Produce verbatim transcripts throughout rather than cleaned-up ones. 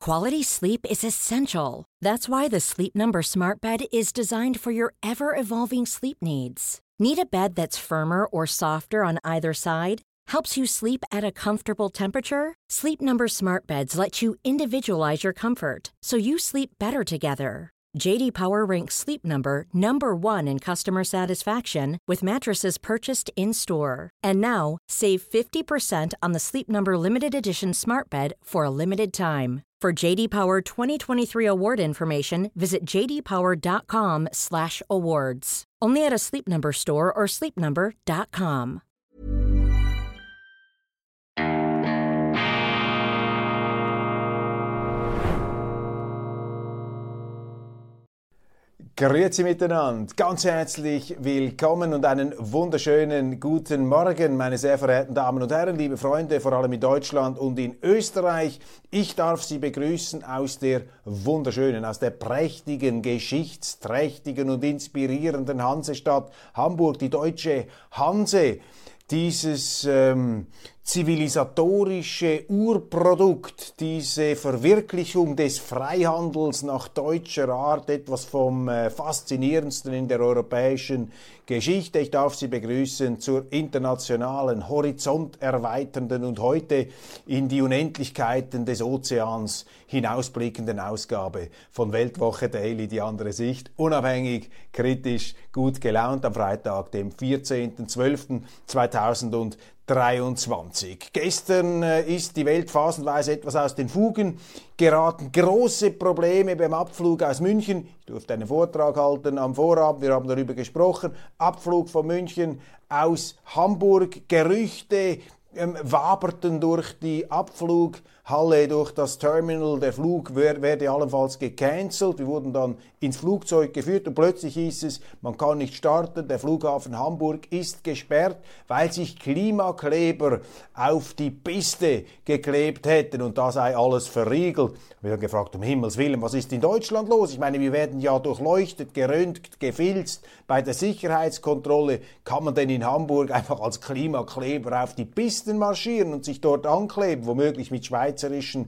Quality sleep is essential. That's why the Sleep Number Smart Bed is designed for your ever-evolving sleep needs. Need a bed that's firmer or softer on either side? Helps you sleep at a comfortable temperature? Sleep Number Smart Beds let you individualize your comfort, so you sleep better together. J D Power ranks Sleep Number number one in customer satisfaction with mattresses purchased in-store. And now, save fifty percent on the Sleep Number Limited Edition Smart Bed for a limited time. For J D Power twenty twenty-three award information, visit j d power dot com slash awards. Only at a Sleep Number store or sleep number dot com. Grüezi miteinander, ganz herzlich willkommen und einen wunderschönen guten Morgen, meine sehr verehrten Damen und Herren, liebe Freunde, vor allem in Deutschland und in Österreich. Ich darf Sie begrüßen aus der wunderschönen, aus der prächtigen, geschichtsträchtigen und inspirierenden Hansestadt Hamburg, die deutsche Hanse. Dieses ähm, zivilisatorische Urprodukt, diese Verwirklichung des Freihandels nach deutscher Art, etwas vom äh, Faszinierendsten in der europäischen Geschichte. Ich darf Sie begrüßen zur internationalen, horizonterweiternden und heute in die Unendlichkeiten des Ozeans hinausblickenden Ausgabe von Weltwoche Daily, die andere Sicht, unabhängig, kritisch, gut gelaunt am Freitag, dem vierzehnten zwölften zweitausenddreiundzwanzig. Gestern äh, ist die Welt phasenweise etwas aus den Fugen geraten. Große Probleme beim Abflug aus München. Ich durfte einen Vortrag halten am Vorabend, wir haben darüber gesprochen. Abflug von München aus Hamburg. Gerüchte ähm, waberten durch die Abflughalle, durch das Terminal. Der Flug wer, werde allenfalls gecancelt. Wir wurden dann ins Flugzeug geführt und plötzlich hieß es, man kann nicht starten, der Flughafen Hamburg ist gesperrt, weil sich Klimakleber auf die Piste geklebt hätten und da sei alles verriegelt. Wir haben gefragt, um Himmels Willen, was ist in Deutschland los? Ich meine, wir werden ja durchleuchtet, geröntgt, gefilzt. Bei der Sicherheitskontrolle kann man denn in Hamburg einfach als Klimakleber auf die Pisten marschieren und sich dort ankleben, womöglich mit schweizerischen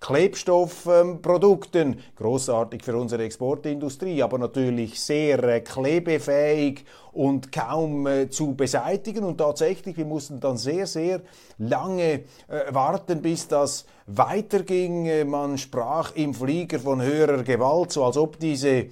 Klebstoffprodukten. Ähm, Großartig für unsere Exportindustrie. Aber natürlich sehr äh, klebefähig und kaum äh, zu beseitigen. Und tatsächlich, wir mussten dann sehr, sehr lange äh, warten, bis das weiterging. Äh, man sprach im Flieger von höherer Gewalt, so als ob diese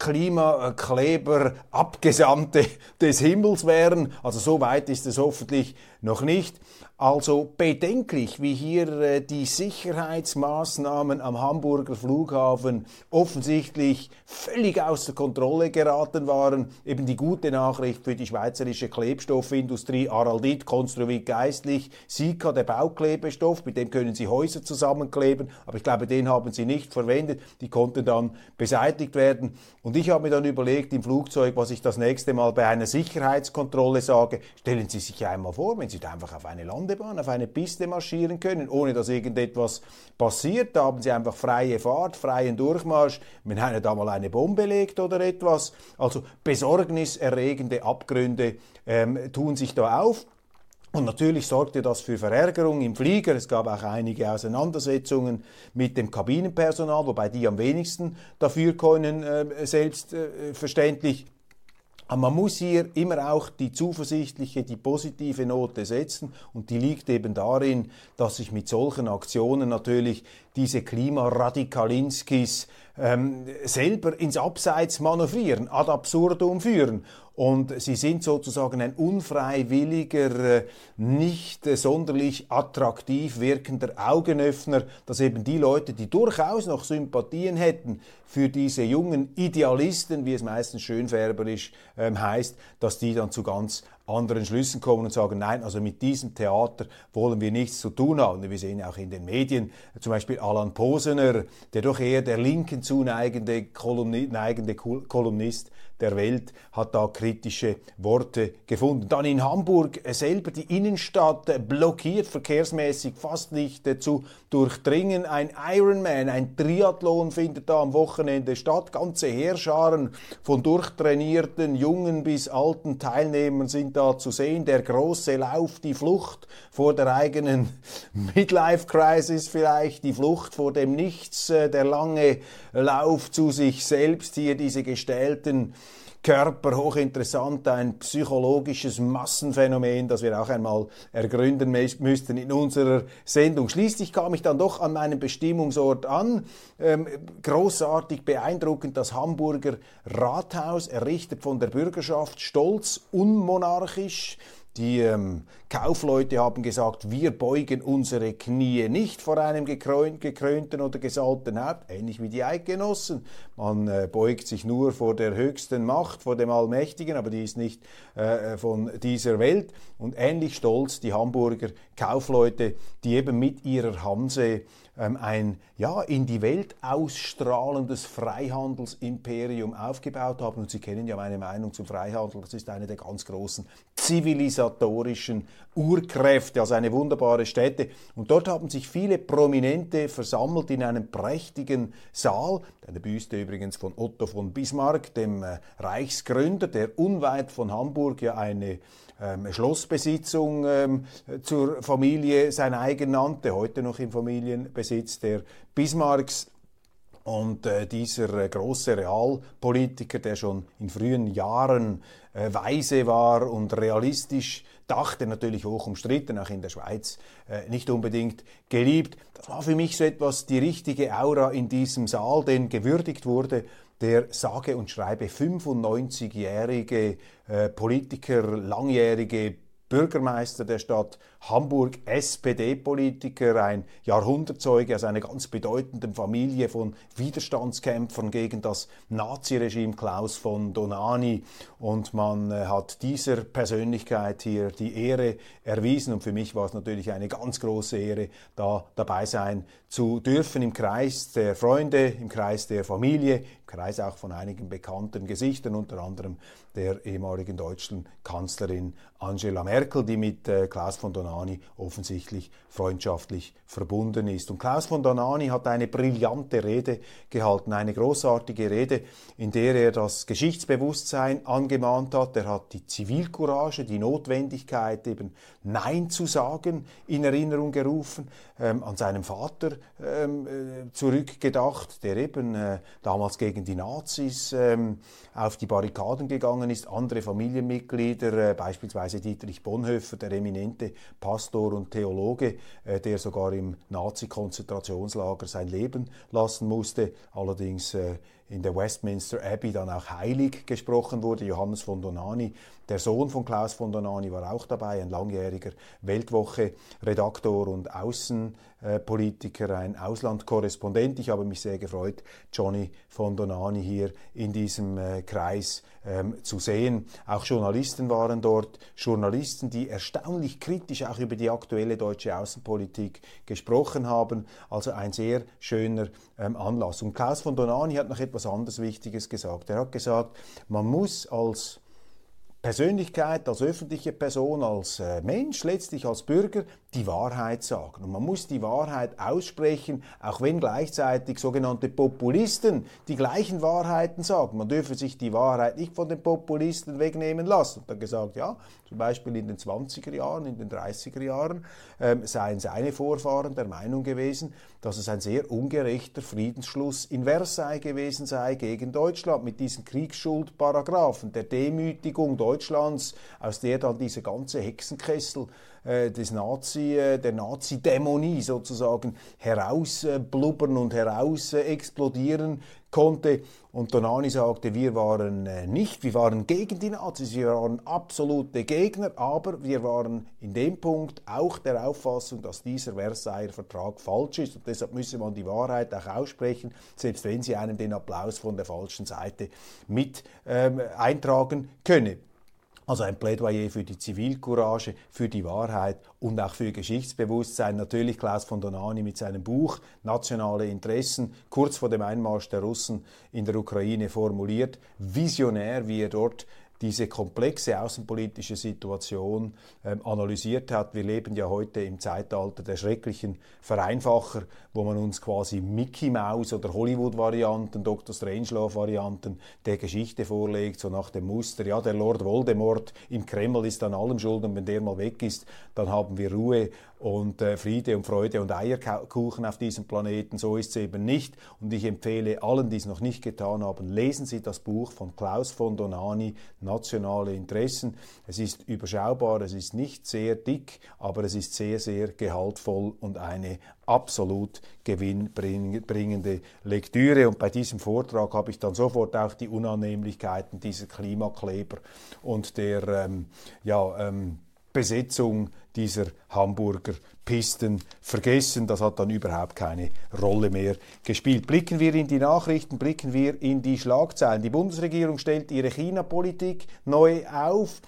Klimakleber Abgesandte des Himmels wären. Also so weit ist es hoffentlich noch nicht. Also bedenklich, wie hier äh, die Sicherheitsmaßnahmen am Hamburger Flughafen offensichtlich völlig außer Kontrolle geraten waren. Eben die gute Nachricht für die schweizerische Klebstoffindustrie, Araldit, Construit Geistlich, Sika, der Bauklebestoff, mit dem können Sie Häuser zusammenkleben, aber ich glaube, den haben Sie nicht verwendet. Die konnten dann beseitigt werden. Und ich habe mir dann überlegt im Flugzeug, was ich das nächste Mal bei einer Sicherheitskontrolle sage. Stellen Sie sich einmal vor, wenn Sie da einfach auf eine Landebahn, auf eine Piste marschieren können, ohne dass irgendetwas passiert. Da haben Sie einfach freie Fahrt, freien Durchmarsch, wenn einer da mal eine Bombe legt oder etwas. Also besorgniserregende Abgründe ähm, tun sich da auf. Und natürlich sorgte das für Verärgerung im Flieger. Es gab auch einige Auseinandersetzungen mit dem Kabinenpersonal, wobei die am wenigsten dafür können, äh, selbstverständlich. Aber man muss hier immer auch die zuversichtliche, die positive Note setzen und die liegt eben darin, dass sich mit solchen Aktionen natürlich diese Klimaradikalinskis ähm, selber ins Abseits manövrieren, ad absurdum führen. Und sie sind sozusagen ein unfreiwilliger, nicht sonderlich attraktiv wirkender Augenöffner, dass eben die Leute, die durchaus noch Sympathien hätten für diese jungen Idealisten, wie es meistens schönfärberisch ähm, heißt, dass die dann zu ganz anderen Schlüssen kommen und sagen, nein, also mit diesem Theater wollen wir nichts zu tun haben. Wir sehen auch in den Medien, zum Beispiel Alan Posener, der doch eher der Linken zuneigende Kolumni- neigende Kolumnist, der Welt hat da kritische Worte gefunden. Dann in Hamburg selber die Innenstadt blockiert, verkehrsmäßig fast nicht äh, zu durchdringen. Ein Ironman, ein Triathlon findet da am Wochenende statt. Ganze Heerscharen von durchtrainierten jungen bis alten Teilnehmern sind da zu sehen. Der große Lauf, die Flucht vor der eigenen Midlife-Crisis vielleicht, die Flucht vor dem Nichts, äh, der lange Lauf zu sich selbst, hier diese gestählten Körper, hochinteressant, ein psychologisches Massenphänomen, das wir auch einmal ergründen müssten in unserer Sendung. Schließlich kam ich dann doch an meinem Bestimmungsort an. Ähm, großartig beeindruckend, das Hamburger Rathaus, errichtet von der Bürgerschaft, stolz, unmonarchisch. Die ähm, Kaufleute haben gesagt, wir beugen unsere Knie nicht vor einem gekrön- gekrönten oder gesalbten Haupt, ähnlich wie die Eidgenossen. Man äh, beugt sich nur vor der höchsten Macht, vor dem Allmächtigen, aber die ist nicht äh, von dieser Welt. Und ähnlich stolz die Hamburger Kaufleute, die eben mit ihrer Hanse ähm, ein ja, in die Welt ausstrahlendes Freihandelsimperium aufgebaut haben. Und Sie kennen ja meine Meinung zum Freihandel, das ist eine der ganz großen zivilisatorischen Urkräfte, also eine wunderbare Stätte. Und dort haben sich viele Prominente versammelt in einem prächtigen Saal, eine Büste übrigens von Otto von Bismarck, dem äh, Reichsgründer, der unweit von Hamburg ja eine ähm, Schlossbesitzung ähm, zur Familie sein eigen nannte, heute noch im Familienbesitz der Bismarcks. Und äh, dieser äh, große Realpolitiker, der schon in frühen Jahren äh, weise war und realistisch dachte, natürlich hoch umstritten, auch in der Schweiz äh, nicht unbedingt geliebt. Das war für mich so etwas die richtige Aura in diesem Saal, denn gewürdigt wurde der sage und schreibe fünfundneunzigjährige äh, Politiker, langjährige Bürgermeister der Stadt Hamburg, S P D-Politiker, ein Jahrhundertzeuge aus einer ganz bedeutenden Familie von Widerstandskämpfern gegen das Naziregime, Klaus von Donani. Und man äh, hat dieser Persönlichkeit hier die Ehre erwiesen. Und für mich war es natürlich eine ganz große Ehre, da dabei sein zu dürfen im Kreis der Freunde, im Kreis der Familie, im Kreis auch von einigen bekannten Gesichtern, unter anderem der ehemaligen deutschen Kanzlerin Angela Merkel, die mit äh, Klaus von Donani offensichtlich freundschaftlich verbunden ist. Und Klaus von Donani hat eine brillante Rede gehalten, eine großartige Rede, in der er das Geschichtsbewusstsein angemahnt hat. Er hat die Zivilcourage, die Notwendigkeit, eben Nein zu sagen, in Erinnerung gerufen, ähm, an seinem Vater ähm, äh, zurückgedacht, der eben äh, damals gegen die Nazis ähm, auf die Barrikaden gegangen ist, andere Familienmitglieder, äh, beispielsweise Dietrich Bonhoeffer, der eminente Pastor und Theologe, äh, der sogar im Nazi-Konzentrationslager sein Leben lassen musste, allerdings äh, in der Westminster Abbey dann auch heilig gesprochen wurde. Johannes von Donani, der Sohn von Klaus von Donani, war auch dabei, ein langjähriger Weltwoche-Redaktor und Außenpolitiker, ein Auslandkorrespondent. Ich habe mich sehr gefreut, Johnny von Donani hier in diesem äh, Kreis ähm, zu sehen. Auch Journalisten waren dort, Journalisten, die erstaunlich kritisch auch über die aktuelle deutsche Außenpolitik gesprochen haben. Also ein sehr schöner ähm, Anlass. Und Klaus von Donani hat noch etwas anderes Wichtiges gesagt. Er hat gesagt, man muss als Persönlichkeit, als öffentliche Person, als äh, Mensch, letztlich als Bürger, die Wahrheit sagen. Und man muss die Wahrheit aussprechen, auch wenn gleichzeitig sogenannte Populisten die gleichen Wahrheiten sagen. Man dürfe sich die Wahrheit nicht von den Populisten wegnehmen lassen. Und dann gesagt, ja, zum Beispiel in den zwanziger Jahren, in den dreißiger Jahren ähm, seien seine Vorfahren der Meinung gewesen, dass es ein sehr ungerechter Friedensschluss in Versailles gewesen sei gegen Deutschland mit diesen Kriegsschuldparagraphen, der Demütigung Deutschlands, aus der dann dieser ganze Hexenkessel äh, des Nazi, äh, der Nazi-Dämonie sozusagen herausblubbern und heraus äh, explodieren konnte. Und Donani sagte, wir waren äh, nicht, wir waren gegen die Nazis, wir waren absolute Gegner, aber wir waren in dem Punkt auch der Auffassung, dass dieser Versailler Vertrag falsch ist und deshalb müsse man die Wahrheit auch aussprechen, selbst wenn sie einem den Applaus von der falschen Seite mit ähm, eintragen könne. Also ein Plädoyer für die Zivilcourage, für die Wahrheit und auch für Geschichtsbewusstsein. Natürlich Klaus von Donani mit seinem Buch Nationale Interessen, kurz vor dem Einmarsch der Russen in der Ukraine formuliert. Visionär, wie er dort diese komplexe außenpolitische Situation ähm, analysiert hat. Wir leben ja heute im Zeitalter der schrecklichen Vereinfacher, wo man uns quasi Mickey Mouse oder Hollywood-Varianten, Doktor Strangelove-Varianten der Geschichte vorlegt, so nach dem Muster, ja, der Lord Voldemort im Kreml ist an allem schuld und wenn der mal weg ist, dann haben wir Ruhe und äh, Friede und Freude und Eierkuchen auf diesem Planeten. So ist es eben nicht und ich empfehle allen, die es noch nicht getan haben, lesen Sie das Buch von Klaus von Donani, Nationale Interessen. Es ist überschaubar, es ist nicht sehr dick, aber es ist sehr, sehr gehaltvoll und eine absolut gewinnbringende Lektüre. Und bei diesem Vortrag habe ich dann sofort auch die Unannehmlichkeiten dieser Klimakleber und der ähm, ja, ähm, Besetzung dieser Hamburger Pisten vergessen. Das hat dann überhaupt keine Rolle mehr gespielt. Blicken wir in die Nachrichten, blicken wir in die Schlagzeilen. Die Bundesregierung stellt ihre China-Politik neu auf.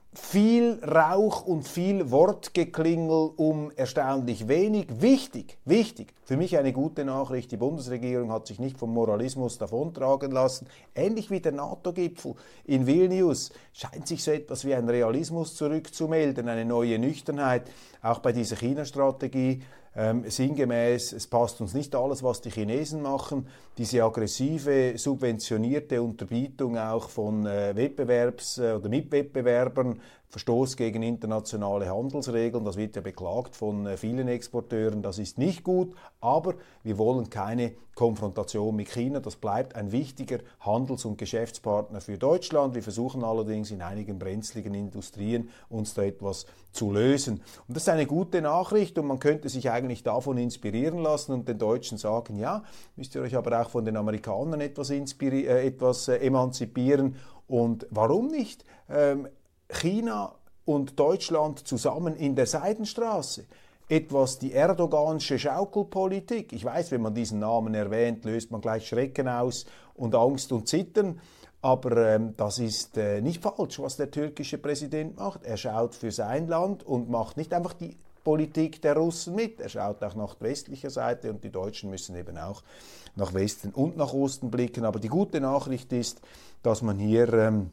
Viel Rauch und viel Wortgeklingel um erstaunlich wenig. Wichtig, wichtig, für mich eine gute Nachricht, die Bundesregierung hat sich nicht vom Moralismus davontragen lassen. Ähnlich wie der NATO-Gipfel in Vilnius scheint sich so etwas wie ein Realismus zurückzumelden, eine neue Nüchternheit, auch bei dieser China-Strategie. Ähm, sinngemäß, es passt uns nicht alles, was die Chinesen machen. Diese aggressive, subventionierte Unterbietung auch von äh, Wettbewerbs- äh, oder Mitwettbewerbern, Verstoß gegen internationale Handelsregeln, das wird ja beklagt von äh, vielen Exporteuren, das ist nicht gut, aber wir wollen keine Konfrontation mit China, das bleibt ein wichtiger Handels- und Geschäftspartner für Deutschland. Wir versuchen allerdings in einigen brenzligen Industrien uns da etwas zu lösen. Und das ist eine gute Nachricht und man könnte sich eigentlich davon inspirieren lassen und den Deutschen sagen, ja, müsst ihr euch aber auch von den Amerikanern etwas, inspiri- äh, etwas äh, emanzipieren und warum nicht? Ähm, China und Deutschland zusammen in der Seidenstraße. Etwas die Erdogansche Schaukelpolitik. Ich weiß, wenn man diesen Namen erwähnt, löst man gleich Schrecken aus und Angst und Zittern. Aber ähm, das ist äh, nicht falsch, was der türkische Präsident macht. Er schaut für sein Land und macht nicht einfach die Politik der Russen mit. Er schaut auch nach westlicher Seite und die Deutschen müssen eben auch nach Westen und nach Osten blicken. Aber die gute Nachricht ist, dass man hier... Ähm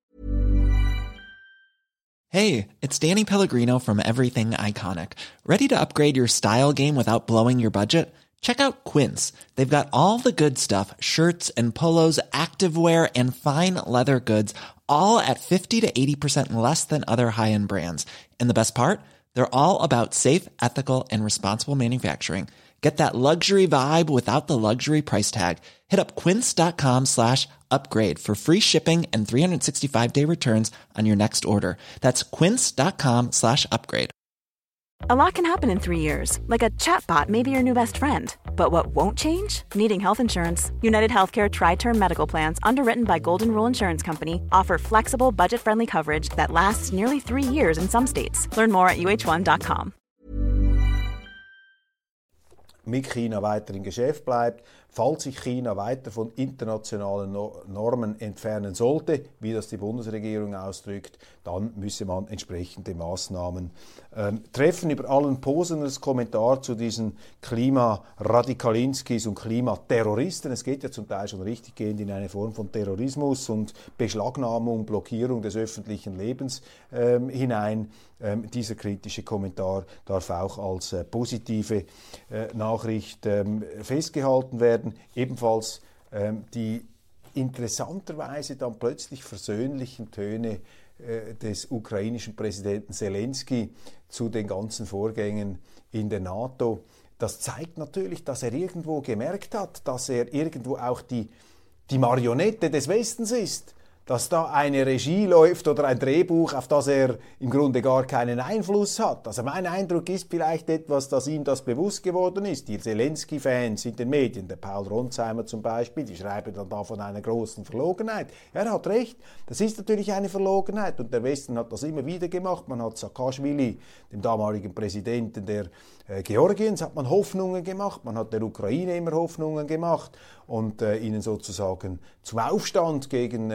Hey, it's Danny Pellegrino from Everything Iconic. Ready to upgrade your style game without blowing your budget? Check out Quince. They've got all the good stuff, shirts and polos, activewear and fine leather goods, all at fifty to eighty percent less than other high-end brands. And the best part? They're all about safe, ethical and responsible manufacturing. Get that luxury vibe without the luxury price tag. Hit up quince.com slash upgrade for free shipping and three sixty-five day returns on your next order. That's quince.com slash upgrade. A lot can happen in three years, like a chatbot may be your new best friend. But what won't change? Needing health insurance. United Healthcare Tri-Term Medical Plans, underwritten by Golden Rule Insurance Company, offer flexible, budget-friendly coverage that lasts nearly three years in some states. Learn more at u h one dot com. mit China weiter im Geschäft bleibt, falls sich China weiter von internationalen Normen entfernen sollte, wie das die Bundesregierung ausdrückt, dann müsse man entsprechende Maßnahmen ähm, treffen. Über allen Poseners Kommentar zu diesen Klimaradikalinskis und Klimaterroristen. Es geht ja zum Teil schon richtig gehend in eine Form von Terrorismus und Beschlagnahmung, Blockierung des öffentlichen Lebens ähm, hinein. Ähm, dieser kritische Kommentar darf auch als äh, positive äh, Nachricht ähm, festgehalten werden. Ebenfalls ähm, die interessanterweise dann plötzlich versöhnlichen Töne äh, des ukrainischen Präsidenten Zelensky zu den ganzen Vorgängen in der NATO. Das zeigt natürlich, dass er irgendwo gemerkt hat, dass er irgendwo auch die, die Marionette des Westens ist. Dass da eine Regie läuft oder ein Drehbuch, auf das er im Grunde gar keinen Einfluss hat. Also mein Eindruck ist vielleicht etwas, dass ihm das bewusst geworden ist. Die Zelensky-Fans in den Medien, der Paul Ronsheimer zum Beispiel, die schreiben dann da von einer großen Verlogenheit. Ja, er hat recht, das ist natürlich eine Verlogenheit und der Westen hat das immer wieder gemacht. Man hat Saakashvili, dem damaligen Präsidenten der äh, Georgiens, hat man Hoffnungen gemacht, man hat der Ukraine immer Hoffnungen gemacht und äh, ihnen sozusagen zum Aufstand gegen äh, die bösen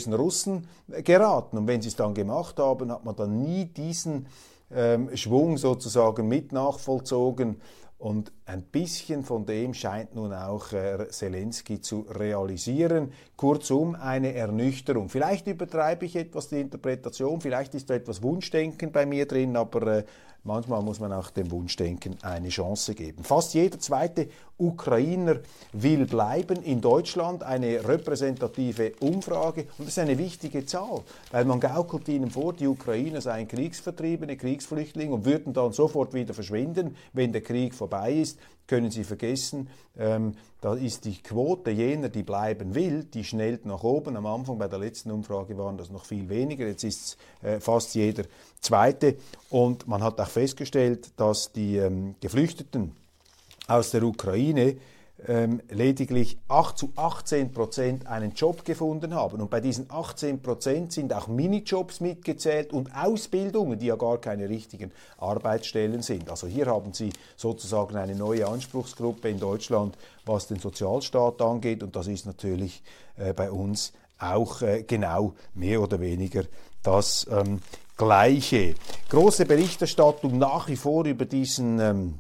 bösen Russen geraten. Und wenn sie es dann gemacht haben, hat man dann nie diesen ähm, Schwung sozusagen mit nachvollzogen. Und ein bisschen von dem scheint nun auch äh, Zelensky zu realisieren. Kurzum, eine Ernüchterung. Vielleicht übertreibe ich etwas die Interpretation, vielleicht ist da etwas Wunschdenken bei mir drin, aber äh, manchmal muss man auch dem Wunschdenken eine Chance geben. Fast jeder zweite Ukrainer will bleiben in Deutschland, eine repräsentative Umfrage. Und das ist eine wichtige Zahl, weil man gaukelt ihnen vor, die Ukrainer seien Kriegsvertriebene, Kriegsflüchtlinge und würden dann sofort wieder verschwinden, wenn der Krieg vorbei ist. Können Sie vergessen, ähm, da ist die Quote jener, die bleiben will, die schnellt nach oben. Am Anfang bei der letzten Umfrage waren das noch viel weniger, jetzt ist es äh, fast jeder Zweite. Und man hat auch festgestellt, dass die ähm, Geflüchteten aus der Ukraine ähm, lediglich acht zu achtzehn Prozent einen Job gefunden haben. Und bei diesen achtzehn Prozent sind auch Minijobs mitgezählt und Ausbildungen, die ja gar keine richtigen Arbeitsstellen sind. Also hier haben Sie sozusagen eine neue Anspruchsgruppe in Deutschland, was den Sozialstaat angeht. Und das ist natürlich äh, bei uns auch äh, genau mehr oder weniger das ähm, Gleiche. Große Berichterstattung nach wie vor über diesen ähm,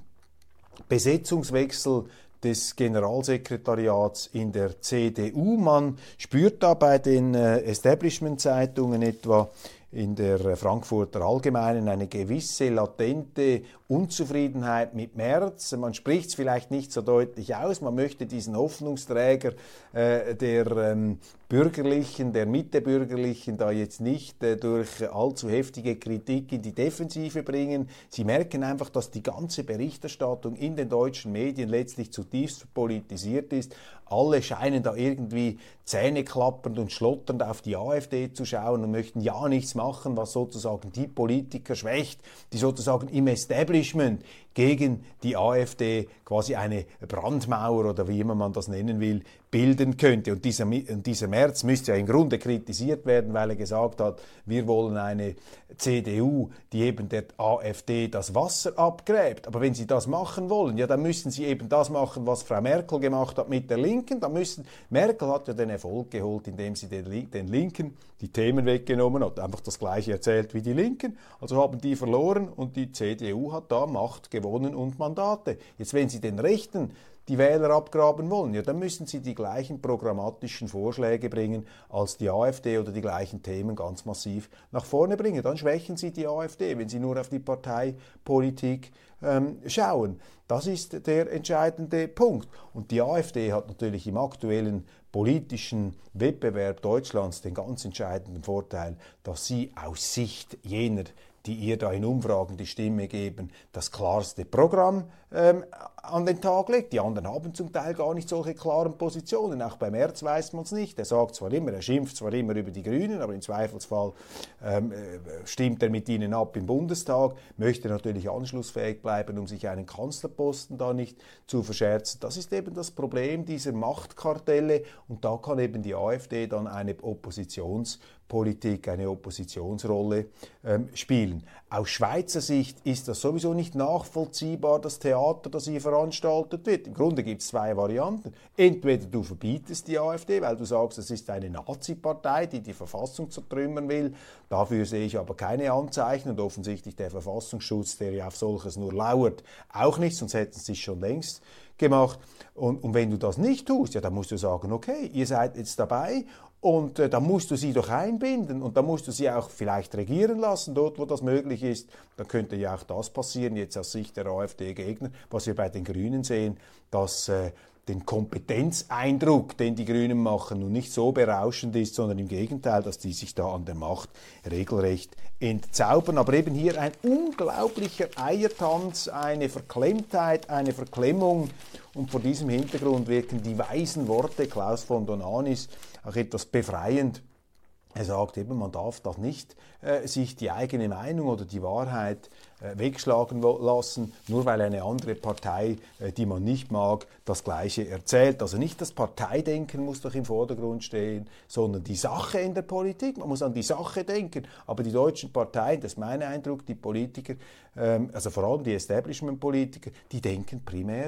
Besetzungswechsel des Generalsekretariats in der C D U. Man spürt da bei den äh, Establishment-Zeitungen, etwa in der Frankfurter Allgemeinen, eine gewisse latente Unzufriedenheit mit Merz. Man spricht es vielleicht nicht so deutlich aus. Man möchte diesen Hoffnungsträger äh, der ähm, Bürgerlichen, der Mittebürgerlichen da jetzt nicht äh, durch allzu heftige Kritik in die Defensive bringen. Sie merken einfach, dass die ganze Berichterstattung in den deutschen Medien letztlich zutiefst politisiert ist. Alle scheinen da irgendwie zähneklappernd und schlotternd auf die AfD zu schauen und möchten ja nichts machen, was sozusagen die Politiker schwächt, die sozusagen im Establishment gegen die AfD quasi eine Brandmauer oder wie immer man das nennen will, bilden könnte. Und dieser, und dieser Merz müsste ja im Grunde kritisiert werden, weil er gesagt hat, wir wollen eine C D U, die eben der AfD das Wasser abgräbt. Aber wenn Sie das machen wollen, ja, dann müssen Sie eben das machen, was Frau Merkel gemacht hat mit der Linken. Dann müssen, Merkel hat ja den Erfolg geholt, indem sie den, den Linken die Themen weggenommen hat, einfach das Gleiche erzählt wie die Linken. Also haben die verloren und die C D U hat da Macht gewonnen und Mandate. Jetzt, wenn Sie den Rechten die Wähler abgraben wollen, ja, dann müssen sie die gleichen programmatischen Vorschläge bringen als die AfD oder die gleichen Themen ganz massiv nach vorne bringen. Dann schwächen sie die AfD, wenn sie nur auf die Parteipolitik ähm, schauen. Das ist der entscheidende Punkt. Und die AfD hat natürlich im aktuellen politischen Wettbewerb Deutschlands den ganz entscheidenden Vorteil, dass sie aus Sicht jener, die ihr da in Umfragen die Stimme geben, das klarste Programm ähm, an den Tag legt. Die anderen haben zum Teil gar nicht solche klaren Positionen. Auch bei Merz weiß man es nicht. Er sagt zwar immer, er schimpft zwar immer über die Grünen, aber im Zweifelsfall ähm, stimmt er mit ihnen ab im Bundestag, möchte natürlich anschlussfähig bleiben, um sich einen Kanzlerposten da nicht zu verscherzen. Das ist eben das Problem dieser Machtkartelle und da kann eben die AfD dann eine Oppositionspolitik, eine Oppositionsrolle ähm, spielen. Aus Schweizer Sicht ist das sowieso nicht nachvollziehbar, das Theater, das hier veranstaltet wird. Im Grunde gibt es zwei Varianten. Entweder du verbietest die AfD, weil du sagst, es ist eine Nazi-Partei, die die Verfassung zertrümmern will. Dafür sehe ich aber keine Anzeichen und offensichtlich der Verfassungsschutz, der ja auf solches nur lauert, auch nicht, sonst hätten sie es schon längst gemacht. Und, und wenn du das nicht tust, ja, dann musst du sagen, okay, ihr seid jetzt dabei und äh, dann musst du sie doch einbinden und dann musst du sie auch vielleicht regieren lassen, dort wo das möglich ist. Dann könnte ja auch das passieren, jetzt aus Sicht der AfD-Gegner, was wir bei den Grünen sehen, dass äh, den Kompetenzeindruck, den die Grünen machen, nun nicht so berauschend ist, sondern im Gegenteil, dass die sich da an der Macht regelrecht entzaubern. Aber eben hier ein unglaublicher Eiertanz, eine Verklemmtheit, eine Verklemmung. Und vor diesem Hintergrund wirken die weisen Worte Klaus von Donanis auch etwas befreiend. Er sagt eben, man darf das nicht äh, sich die eigene Meinung oder die Wahrheit äh, wegschlagen lassen, nur weil eine andere Partei, äh, die man nicht mag, das Gleiche erzählt. Also nicht das Parteidenken muss doch im Vordergrund stehen, sondern die Sache in der Politik. Man muss an die Sache denken. Aber die deutschen Parteien, das ist mein Eindruck, die Politiker, ähm, also vor allem die Establishment-Politiker, die denken primär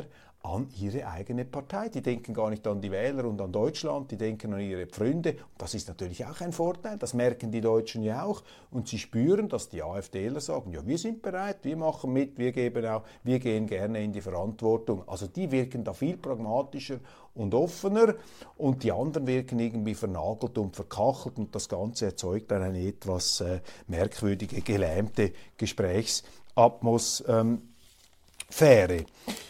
an ihre eigene Partei. Die denken gar nicht an die Wähler und an Deutschland, die denken an ihre Pfründe. Und das ist natürlich auch ein Vorteil, das merken die Deutschen ja auch. Und sie spüren, dass die AfDler sagen, ja, wir sind bereit, wir machen mit, wir geben auch, wir gehen gerne in die Verantwortung. Also die wirken da viel pragmatischer und offener und die anderen wirken irgendwie vernagelt und verkachelt und das Ganze erzeugt dann eine etwas äh, merkwürdige, gelähmte Gesprächsatmosphäre. Ähm,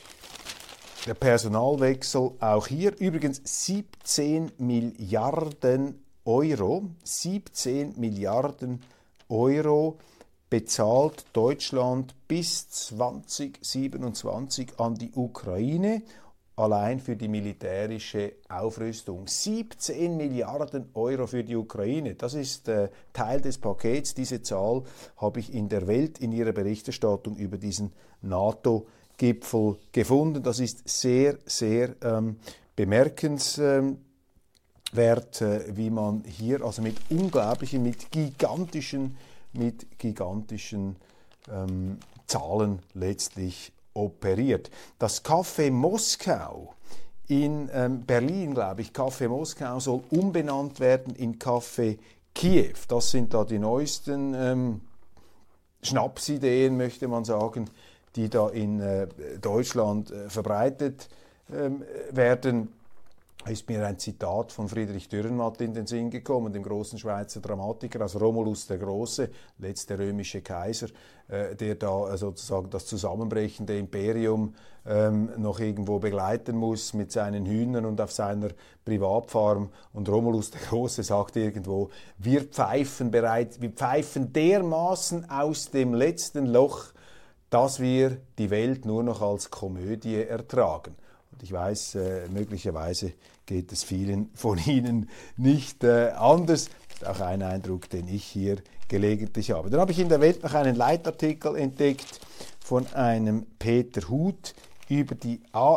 Der Personalwechsel auch hier. Übrigens siebzehn Milliarden Euro. siebzehn Milliarden Euro bezahlt Deutschland bis zwanzig siebenundzwanzig an die Ukraine. Allein für die militärische Aufrüstung. siebzehn Milliarden Euro für die Ukraine. Das ist äh, Teil des Pakets. Diese Zahl habe ich in der Welt in ihrer Berichterstattung über diesen NATO Gipfel gefunden. Das ist sehr, sehr ähm, bemerkenswert, äh, wie man hier also mit unglaublichen, mit gigantischen, mit gigantischen ähm, Zahlen letztlich operiert. Das Café Moskau in ähm, Berlin, glaube ich, Café Moskau soll umbenannt werden in Café Kiew. Das sind da die neuesten ähm, Schnapsideen, möchte man sagen, die da in äh, Deutschland äh, verbreitet ähm, werden. Ist mir ein Zitat von Friedrich Dürrenmatt in den Sinn gekommen, dem großen Schweizer Dramatiker, also Romulus der Große, letzter römische Kaiser, äh, der da äh, sozusagen das zusammenbrechende Imperium ähm, noch irgendwo begleiten muss mit seinen Hühnern und auf seiner Privatfarm. Und Romulus der Große sagt irgendwo, wir pfeifen bereits, wir pfeifen dermaßen aus dem letzten Loch, dass wir die Welt nur noch als Komödie ertragen. Und ich weiß, äh, möglicherweise geht es vielen von Ihnen nicht äh, anders. Das ist auch ein Eindruck, den ich hier gelegentlich habe. Dann habe ich in der Welt noch einen Leitartikel entdeckt von einem Peter Huth über die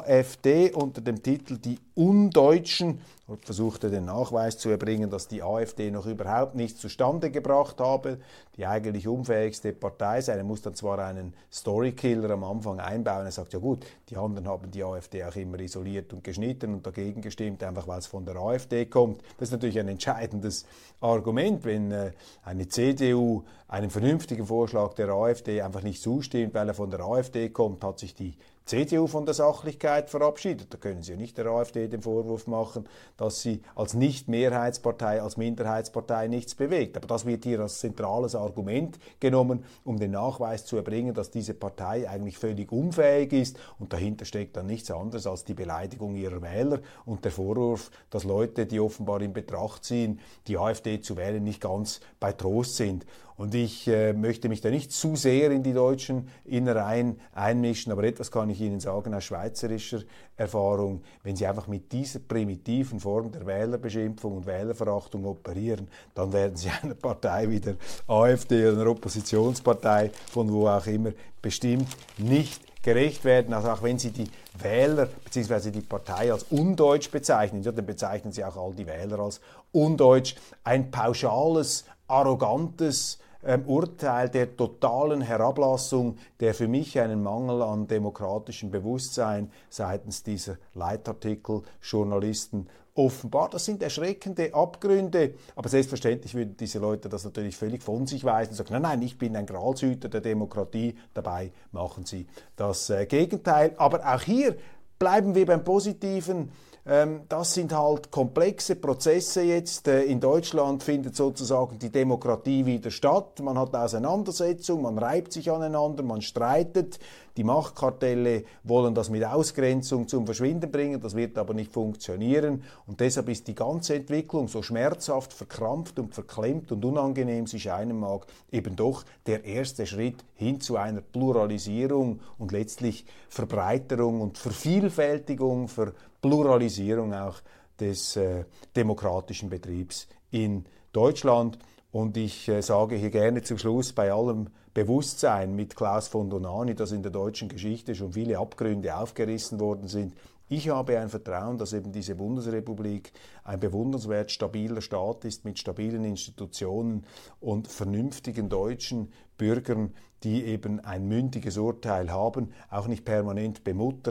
AfD unter dem Titel Die Undeutschen. Und versuchte den Nachweis zu erbringen, dass die AfD noch überhaupt nichts zustande gebracht habe, die eigentlich unfähigste Partei sei. Er muss dann zwar einen Storykiller am Anfang einbauen. Er sagt, ja gut, die anderen haben die AfD auch immer isoliert und geschnitten und dagegen gestimmt, einfach weil es von der AfD kommt. Das ist natürlich ein entscheidendes Argument, wenn äh, eine C D U einem vernünftigen Vorschlag der AfD einfach nicht zustimmt, weil er von der AfD kommt, hat sich die C D U von der Sachlichkeit verabschiedet. Da können Sie ja nicht der AfD den Vorwurf machen, dass sie als Nicht-Mehrheitspartei, als Minderheitspartei nichts bewegt. Aber das wird hier als zentrales Argument genommen, um den Nachweis zu erbringen, dass diese Partei eigentlich völlig unfähig ist. Und dahinter steckt dann nichts anderes als die Beleidigung ihrer Wähler und der Vorwurf, dass Leute, die offenbar in Betracht ziehen, die AfD zu wählen, nicht ganz bei Trost sind. Und ich äh, möchte mich da nicht zu sehr in die deutschen Innereien einmischen, aber etwas kann ich Ihnen sagen aus schweizerischer Erfahrung. Wenn Sie einfach mit dieser primitiven Form der Wählerbeschimpfung und Wählerverachtung operieren, dann werden Sie einer Partei wie der AfD oder einer Oppositionspartei, von wo auch immer, bestimmt nicht gerecht werden. Also auch wenn Sie die Wähler bzw. die Partei als undeutsch bezeichnen, ja, dann bezeichnen Sie auch all die Wähler als undeutsch. Ein pauschales, arrogantes ähm, Urteil der totalen Herablassung, der für mich einen Mangel an demokratischem Bewusstsein seitens dieser Leitartikel-Journalisten offenbar. Das sind erschreckende Abgründe, aber selbstverständlich würden diese Leute das natürlich völlig von sich weisen und sagen, nein, nein, ich bin ein Gralshüter der Demokratie, dabei machen sie das äh, Gegenteil. Aber auch hier bleiben wir beim Positiven. Das sind halt komplexe Prozesse jetzt. In Deutschland findet sozusagen die Demokratie wieder statt. Man hat Auseinandersetzung, man reibt sich aneinander, man streitet. Die Machtkartelle wollen das mit Ausgrenzung zum Verschwinden bringen, das wird aber nicht funktionieren. Und deshalb ist die ganze Entwicklung, so schmerzhaft, verkrampft und verklemmt und unangenehm sie scheinen mag, eben doch der erste Schritt hin zu einer Pluralisierung und letztlich Verbreiterung und Vervielfältigung, für Pluralisierung auch des äh, demokratischen Betriebs in Deutschland. Und ich äh, sage hier gerne zum Schluss, bei allem Bewusstsein mit Klaus von Donani, dass in der deutschen Geschichte schon viele Abgründe aufgerissen worden sind, ich habe ein Vertrauen, dass eben diese Bundesrepublik ein bewundernswert stabiler Staat ist mit stabilen Institutionen und vernünftigen deutschen Bürgern, die eben ein mündiges Urteil haben, auch nicht permanent bemuttert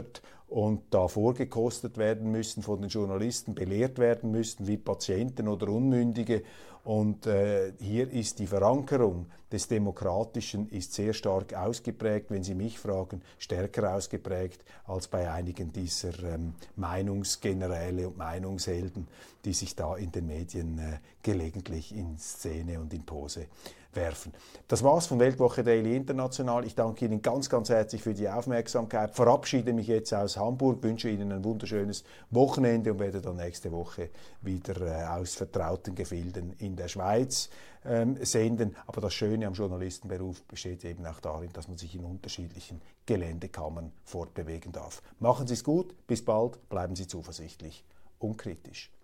und da vorgekostet werden müssen, von den Journalisten belehrt werden müssen, wie Patienten oder Unmündige. Und äh, hier ist die Verankerung des Demokratischen ist sehr stark ausgeprägt, wenn Sie mich fragen, stärker ausgeprägt als bei einigen dieser ähm, Meinungsgeneräle und Meinungshelden, die sich da in den Medien äh, gelegentlich in Szene und in Pose werfen. Das war's von Weltwoche Daily International. Ich danke Ihnen ganz, ganz herzlich für die Aufmerksamkeit. Verabschiede mich jetzt aus Hamburg, wünsche Ihnen ein wunderschönes Wochenende und werde dann nächste Woche wieder äh, aus vertrauten Gefilden in der Schweiz ähm, senden. Aber das Schöne am Journalistenberuf besteht eben auch darin, dass man sich in unterschiedlichen Geländekammern fortbewegen darf. Machen Sie es gut, bis bald, bleiben Sie zuversichtlich und kritisch.